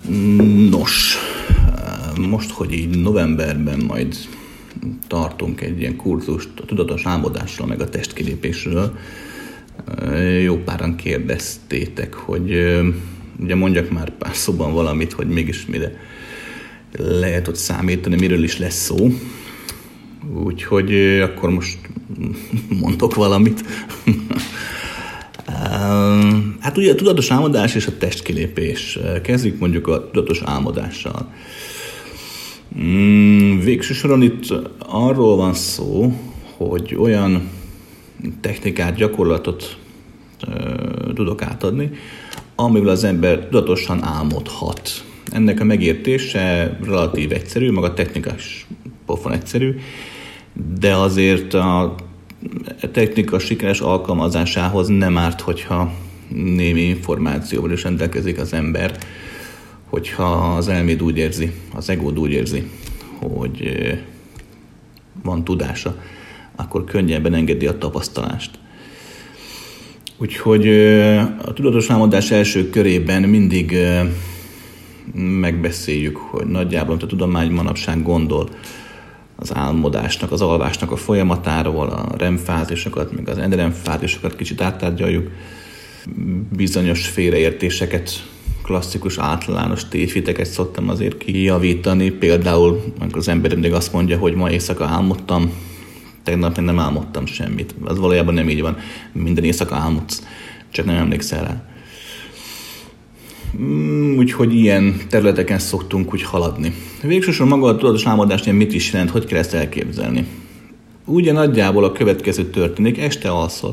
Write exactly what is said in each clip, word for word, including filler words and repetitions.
Nos, most, hogy így novemberben majd tartunk egy ilyen kurzust a tudatos álmodásról, meg a testkilépésről, jó páran kérdeztétek, hogy ugye mondjak már pár szóban valamit, hogy mégis mire lehet ott számítani, miről is lesz szó. Úgyhogy akkor most mondok valamit. Hát ugye a tudatos álmodás és a testkilépés. Kezdjük mondjuk a tudatos álmodással. Végső soron itt arról van szó, hogy olyan technikát, gyakorlatot tudok átadni, amivel az ember tudatosan álmodhat. Ennek a megértése relatív egyszerű, maga a technika is pofon egyszerű, de azért a technika sikeres alkalmazásához nem árt, hogyha némi információval is rendelkezik az ember, hogyha az elméd úgy érzi, az egód úgy érzi, hogy van tudása, akkor könnyebben engedi a tapasztalást. Úgyhogy a tudatos álmodás első körében mindig megbeszéljük, hogy nagyjából a tudomány manapság gondol az álmodásnak, az alvásnak a folyamatáról, a REM fázisokat, meg az en er em fázisokat kicsit áttárgyaljuk, bizonyos félreértéseket, klasszikus általános tévhiteket szoktam azért kijavítani. Például, amikor az ember mindig azt mondja, hogy ma éjszaka álmodtam, tegnap nem álmodtam semmit. Az valójában nem így van. Minden éjszaka álmodsz, csak nem emlékszel rá. Úgyhogy ilyen területeken szoktunk úgy haladni. Végsősorban maga a tudatos álmodásnál mit is jelent, hogy kell ezt elképzelni? Ugye nagyjából a következő történik, este alszol.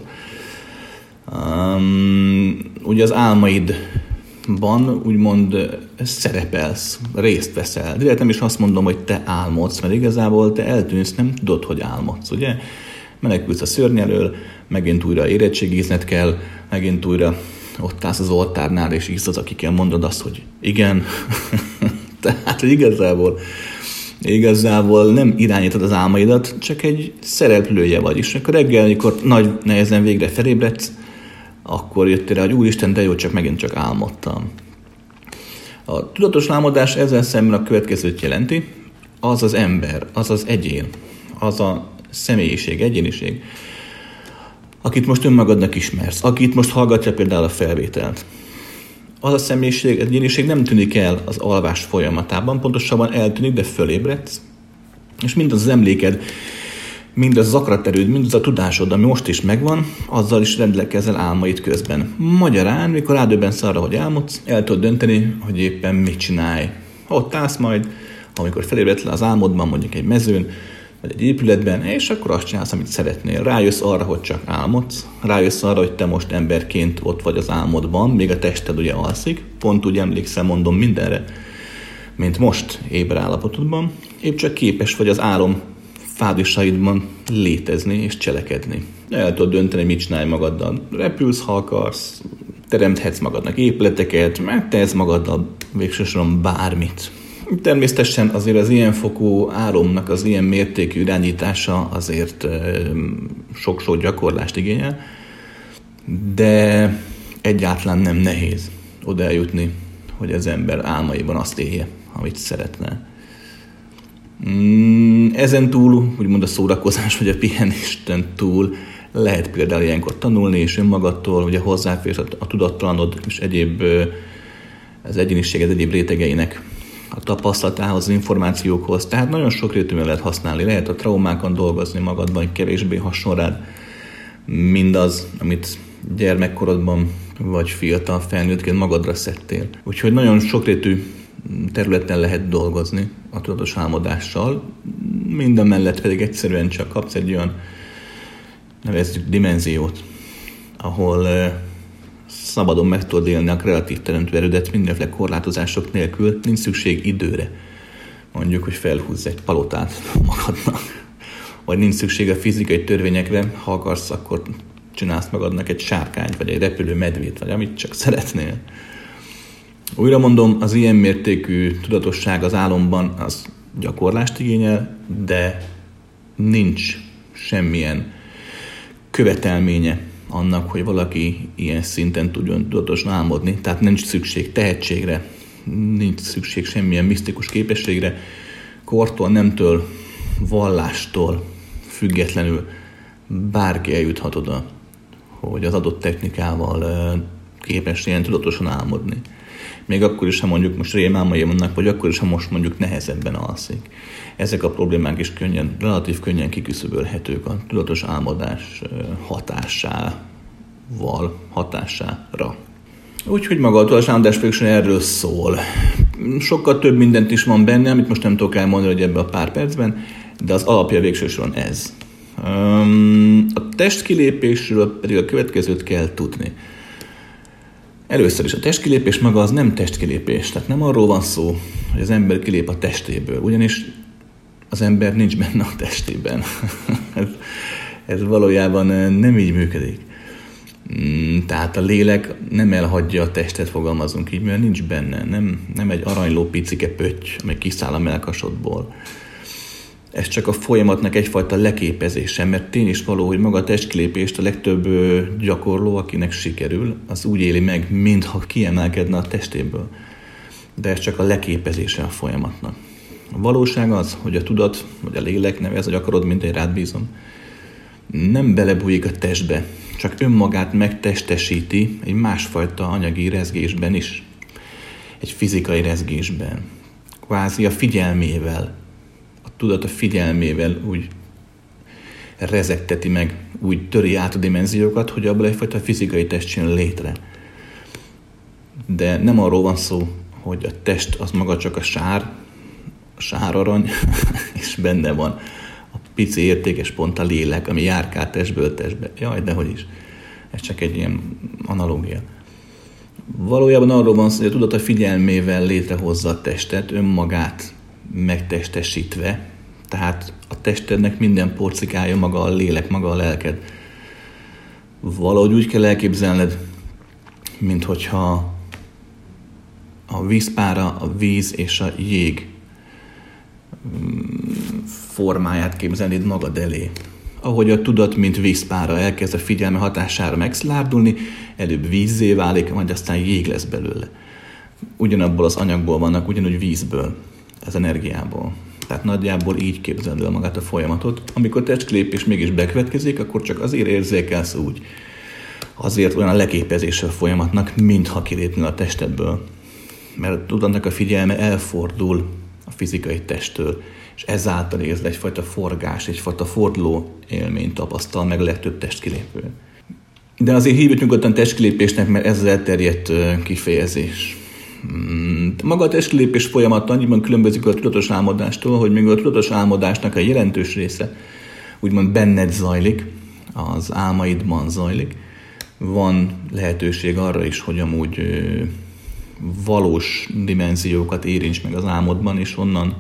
Um, ugye az álmaidban úgymond szerepelsz, részt veszel. Direkt nem is azt mondom, hogy te álmodsz, mert igazából te eltűnsz, nem tudod, hogy álmodsz, ugye? Menekülsz a szörny elől, megint újra érettségizned kell, megint újra ott állsz az oltárnál, és iszod, akikkel mondod azt, hogy igen. Tehát, hogy igazából, igazából nem irányítod az álmaidat, csak egy szereplője vagy. És akkor reggel, amikor nagy nehezen végre felébredsz, akkor jöttél rá, hogy úristen, de jó, csak megint csak álmodtam. A tudatos álmodás ezzel szemben a következőt jelenti, az az ember, az az egyén, az a személyiség, egyéniség, akit most önmagadnak ismersz, akit most hallgatja például a felvételt. Az a személyiség, egyéniség nem tűnik el az alvás folyamatában, pontosabban eltűnik, de fölébredsz, és mindaz az emléked, mindaz az akaraterőd, mindaz a tudásod, ami most is megvan, azzal is rendelkezel álmaid közben. Magyarán, mikor rádöbbensz arra, hogy álmodsz, el tudod dönteni, hogy éppen mit csinálj. Ott állsz majd, amikor felébredsz le az álmodban, mondjuk egy mezőn, vagy egy épületben, és akkor azt csinálsz, amit szeretnél. Rájössz arra, hogy csak álmodsz, rájössz arra, hogy te most emberként ott vagy az álmodban, még a tested ugye alszik, pont úgy emlékszel, mondom, mindenre, mint most éber állapotodban, épp csak képes vagy az álom fázisaidban létezni és cselekedni. El tudod dönteni, mit csinálj magaddal. Repülsz, ha akarsz, teremthetsz magadnak épületeket, megtehetsz magaddal végsősorban bármit. Természetesen azért az ilyen fokú álomnak az ilyen mértékű irányítása azért e, sok-sok gyakorlást igényel, de egyáltalán nem nehéz oda eljutni, hogy az ember álmaiban azt élje, amit szeretne. Ezen túl, úgymond a szórakozás vagy a pihenésten túl lehet például ilyenkor tanulni és önmagadtól, ugye hozzáférsz a tudattalanod és egyéb az egyéniséged egyéb rétegeinek a tapasztalatához, az információkhoz. Tehát nagyon sok rétűen lehet használni. Lehet a traumákon dolgozni magadban, kevésbé hasonl rád mindaz, amit gyermekkorodban vagy fiatal felnőttként magadra szedtél. Úgyhogy nagyon sokrétű területen lehet dolgozni a tudatos álmodással, minden mellett pedig egyszerűen csak kapsz egy olyan, nevezzük, dimenziót, ahol szabadon meg tudod élni a kreatív teremtő erődet mindenféle korlátozások nélkül, nincs szükség időre. Mondjuk, hogy felhúzz egy palotát magadnak, vagy nincs szükség a fizikai törvényekre, ha akarsz, akkor csinálsz magadnak egy sárkányt, vagy egy repülő medvét, vagy amit csak szeretnél. Újra mondom, az ilyen mértékű tudatosság az álomban az gyakorlást igényel, de nincs semmilyen követelménye annak, hogy valaki ilyen szinten tudjon tudatosan álmodni. Tehát nincs szükség tehetségre, nincs szükség semmilyen misztikus képességre, kortól, nemtől, vallástól függetlenül bárki eljuthat oda, hogy az adott technikával képes ilyen tudatosan álmodni. Még akkor is, ha mondjuk most rémálmai vannak, vagy akkor is, ha most mondjuk nehezebben alszik. Ezek a problémák is könnyen, relatív könnyen kiküszöbölhetők a tudatos álmodás hatásával, hatására. Úgyhogy maga a tudatos álmodás végül erről szól. Sokkal több mindent is van benne, amit most nem tudok elmondani, hogy ebben a pár percben, de az alapja végső soron ez. A testkilépésről pedig a következőt kell tudni. Először is a testkilépés maga az nem testkilépés, tehát nem arról van szó, hogy az ember kilép a testéből, ugyanis az ember nincs benne a testében. ez, ez valójában nem így működik. Tehát a lélek nem elhagyja a testet, fogalmazunk így, mert nincs benne. Nem, nem egy aranyló picike pötty, amely kiszáll a mellkasodból. Ez csak a folyamatnak egyfajta leképezése, mert tény is való, hogy maga a testkilépést a legtöbb gyakorló, akinek sikerül, az úgy éli meg, mintha kiemelkedne a testéből. De ez csak a leképezése a folyamatnak. A valóság az, hogy a tudat, vagy a lélek, nevez, hogy akarod, mint én rád bízom, nem belebújik a testbe, csak önmagát megtestesíti egy másfajta anyagi rezgésben is. Egy fizikai rezgésben. Kvázi a figyelmével, a tudat a figyelmével úgy rezegteti meg, úgy töri át a dimenziókat, hogy abból egyfajta fizikai test jön létre. De nem arról van szó, hogy a test az maga csak a sár, a sárarany, és benne van a pici értékes pont, a lélek, ami járkál testből testbe. Jaj, dehogy is. Ez csak egy ilyen analógia. Valójában arról van szó, hogy a tudat a figyelmével létrehozza a testet, önmagát megtestesítve, tehát a testednek minden porcikája maga a lélek, maga a lelked. Valahogy úgy kell elképzelned, mint hogyha a vízpára, a víz és a jég formáját képzelnéd magad elé. Ahogy a tudat, mint vízpára elkezd a figyelme hatására megszilárdulni, előbb vízzé válik, majd aztán jég lesz belőle. Ugyanabból az anyagból vannak, ugyanúgy vízből, az energiából. Tehát nagyjából így képzeld el magát a folyamatot. Amikor testkilépés mégis bekövetkezik, akkor csak azért érzékelsz úgy. Azért olyan a leképezése a folyamatnak, mintha kilépnél a testedből. Mert a tudatnak a figyelme elfordul a fizikai testtől, és ezáltal érz egyfajta forgás, egyfajta forduló élményt tapasztal meg a legtöbb testkilépő. De azért hívjuk nyugodtan testkilépésnek, mert ez az elterjedt kifejezés. Maga a testkilépés folyamat annyiban különbözik a tudatos álmodástól, hogy még a tudatos álmodásnak a jelentős része úgymond benned zajlik, az álmaidban zajlik. Van lehetőség arra is, hogy amúgy valós dimenziókat érints meg az álmodban, és onnan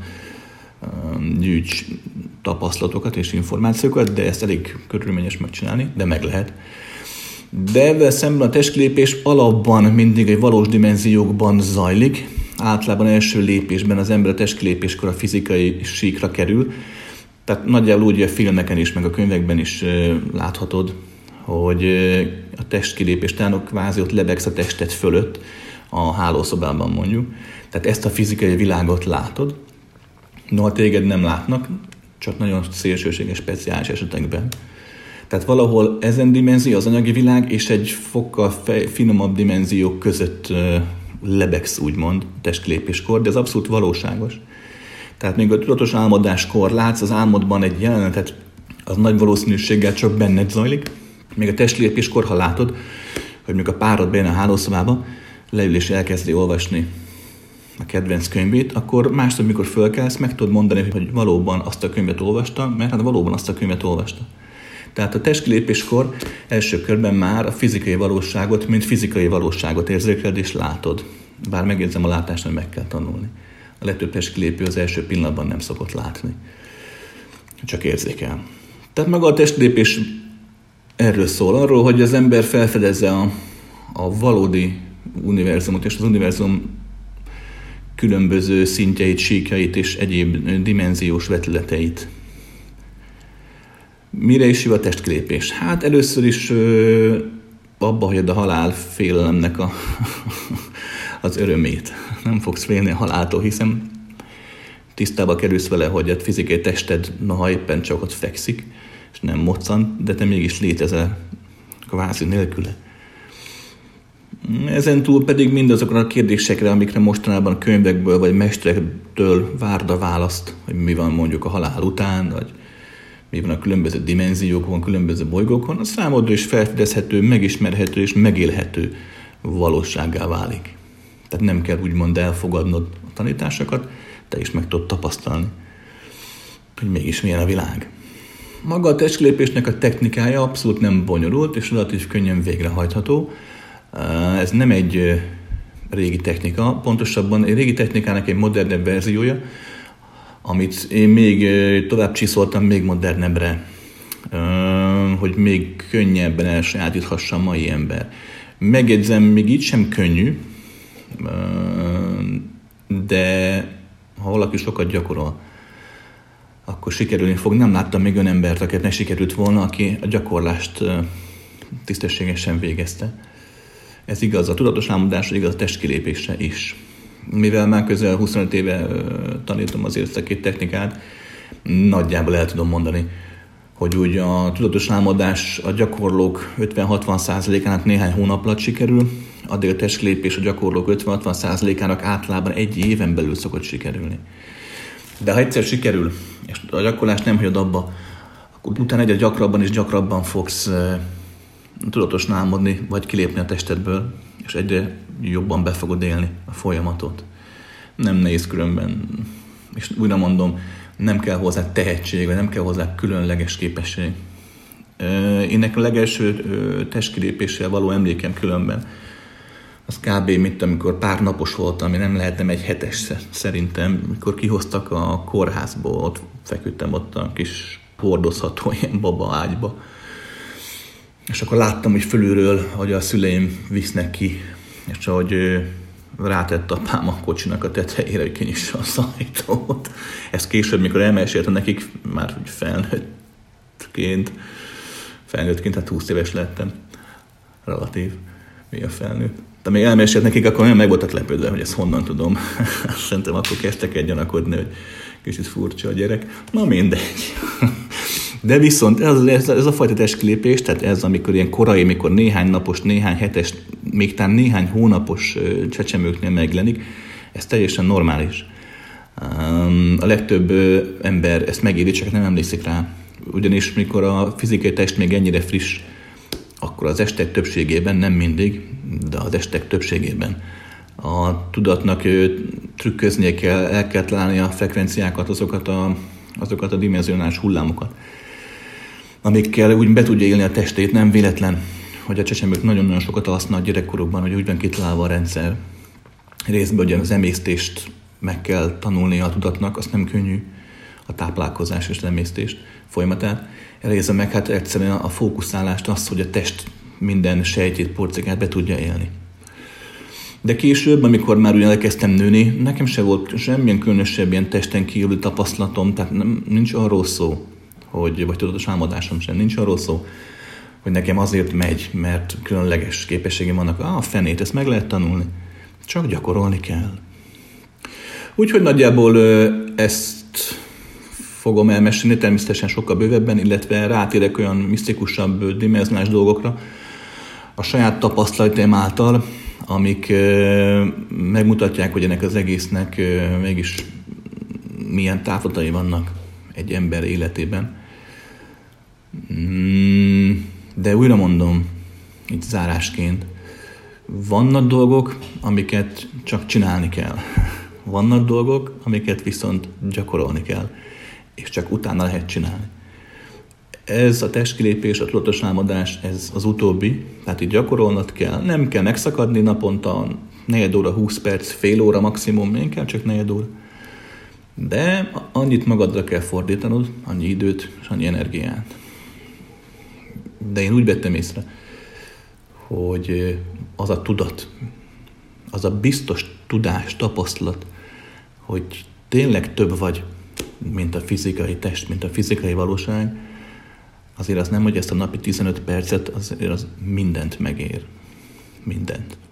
gyűjts tapasztalatokat és információkat, de ezt elég körülményes megcsinálni, de meg lehet. De ezzel szemben a testkilépés alapban mindig egy valós dimenziókban zajlik. Általában első lépésben az ember a testkilépéskor a fizikai síkra kerül. Tehát nagyjából úgy a filmeken is, meg a könyvekben is láthatod, hogy a testkilépés tánok kvázi ott lebegsz a tested fölött, a hálószobában mondjuk. Tehát ezt a fizikai világot látod. Noha téged nem látnak, csak nagyon szélsőséges, speciális esetekben. Tehát valahol ezen dimenzió, az anyagi világ és egy fokkal fej, finomabb dimenziók között lebegsz, úgymond, testkilépéskor, de ez abszolút valóságos. Tehát még a tudatos álmodáskor látsz az álmodban egy jelenetet, az nagy valószínűséggel csak benned zajlik. Még a testkilépéskor, ha látod, hogy még a párod bejön a hálószobába, leül és elkezdi olvasni a kedvenc könyvét, akkor másnap, mikor fölkelsz, meg tudod mondani, hogy valóban azt a könyvet olvasta, mert hát valóban azt a könyvet olvasta. Tehát a testkilépéskor első körben már a fizikai valóságot, mint fizikai valóságot érzékeled és látod. Bár megjegyzem, a látásnak meg kell tanulni. A legtöbb testkilépő az első pillanatban nem szokott látni. Csak érzékel. Tehát maga a testkilépés erről szól, arról, hogy az ember felfedezze a, a valódi univerzumot és az univerzum különböző szintjeit, síkjait és egyéb dimenziós vetületeit. Mire is jó a testkilépés? Hát először is ö, abba hagyod a halál félelemnek a, az örömét. nem fogsz félni a haláltól, hiszen tisztába kerülsz vele, hogy a fizikai tested noha éppen csak ott fekszik, és nem moccan, de te mégis létezel kvázi nélküle. Ezen túl pedig mindazokra a kérdésekre, amikre mostanában a könyvekből vagy mesterektől várd a választ, hogy mi van mondjuk a halál után, vagy mi van a különböző dimenziókon, különböző bolygókon, a számodra is felfedezhető, megismerhető és megélhető valósággá válik. Tehát nem kell úgymond elfogadnod a tanításokat, te is meg tudod tapasztalni, hogy mégis milyen a világ. Maga a testkilépésnek a technikája abszolút nem bonyolult, és relatív könnyen végrehajtható. Ez nem egy régi technika, pontosabban egy régi technikának egy modernebb verziója, amit én még tovább csiszoltam még modernebbre, hogy még könnyebben elsajátíthassa a mai ember. Megjegyzem, még így sem könnyű, de ha valaki sokat gyakorol, akkor sikerülni fog. Nem láttam még olyan embert, akinek ne sikerült volna, aki a gyakorlást tisztességesen végezte. Ez igaz a tudatos álmodásra, igaz a testkilépésre is. Mivel már közel huszonöt éve tanítom az értekét technikát, nagyjából el tudom mondani, hogy úgy a tudatos álmodás a gyakorlók ötven-hatvan százalékának néhány hónap alatt sikerül, addig a testkilépés a gyakorlók ötven-hatvan százalékának általában egy éven belül szokott sikerülni. De ha egyszer sikerül, és a gyakorlást nem hagyod abba, akkor utána egyre gyakrabban és gyakrabban fogsz tudatosan álmodni, vagy kilépni a testedből, és egyre jobban be fogod élni a folyamatot. Nem nehéz különben, és újra mondom, nem kell hozzá tehetség, vagy nem kell hozzá különleges képesség. Én nekem a legelső testkilépéssel való emlékem különben, az kb. Mint amikor pár napos voltam, ami nem lehetne egy hetes szerintem, mikor kihoztak a kórházból, ott feküdtem ott a kis hordozható ilyen baba ágyba. És akkor láttam, hogy fölülről, hogy a szüleim visznek ki, és ahogy rátett apám a kocsinak a tetejére, hogy kinyissa a szajtót. Ez később, mikor elmeséltem nekik, már felnőttként, felnőttként, hát húsz éves lettem, relatív, mi a felnőtt. De még elmesélt nekik, akkor nem meg voltak lepődve, hogy ezt honnan tudom. Szerintem akkor kezdtek egy gyanakodni, hogy kicsit furcsa a gyerek. Na mindegy. De viszont ez, ez, ez a fajta testkilépés, tehát ez, amikor ilyen korai, mikor néhány napos, néhány hetes, még talán néhány hónapos csecsemőknél megjelenik, ez teljesen normális. A legtöbb ember ezt megéri, csak nem emlékszik rá. Ugyanis mikor a fizikai test még ennyire friss, akkor az estek többségében, nem mindig, de az estek többségében a tudatnak trükköznie kell, el kell találni a frekvenciákat, azokat a, azokat a dimenzionális hullámokat, amikkel úgy be tudja élni a testét. Nem véletlen, hogy a csecsemők nagyon-nagyon sokat alsznak gyerekkorukban, hogy úgy van kitalálva a rendszer. Részben ugye az emésztést meg kell tanulni a tudatnak, az nem könnyű, a táplálkozás és az emésztést folyamatát. Részben meg hát egyszerűen a fókuszálást, az, hogy a test minden sejtjét, porcikát be tudja élni. De később, amikor már ugyan elkezdtem nőni, nekem se volt semmilyen különösebb ilyen testen kívüli tapasztalatom, tehát nem, nincs arról szó, hogy, vagy tudatos álmodásom sem, nincs arról szó, hogy nekem azért megy, mert különleges képességem vannak. Ah, a fenét, ezt meg lehet tanulni. Csak gyakorolni kell. Úgyhogy nagyjából ezt fogom elmesélni, természetesen sokkal bővebben, illetve rátérek olyan misztikusabb, dimenzionális dolgokra a saját tapasztalataim által, amik megmutatják, hogy ennek az egésznek mégis milyen távlatai vannak egy ember életében. De újra mondom, így zárásként, vannak dolgok, amiket csak csinálni kell. Vannak dolgok, amiket viszont gyakorolni kell, és csak utána lehet csinálni. Ez a testkilépés, a tudatos álmodás, ez az utóbbi, tehát így gyakorolnod kell. Nem kell megszakadni naponta, negyed óra, húsz perc, fél óra maximum, inkább csak negyed óra. De annyit magadra kell fordítanod, annyi időt és annyi energiát. De én úgy vettem észre, hogy az a tudat, az a biztos tudás, tapasztalat, hogy tényleg több vagy, mint a fizikai test, mint a fizikai valóság, azért az nem, hogy ezt a napi tizenöt percet, azért az mindent megér. Mindent.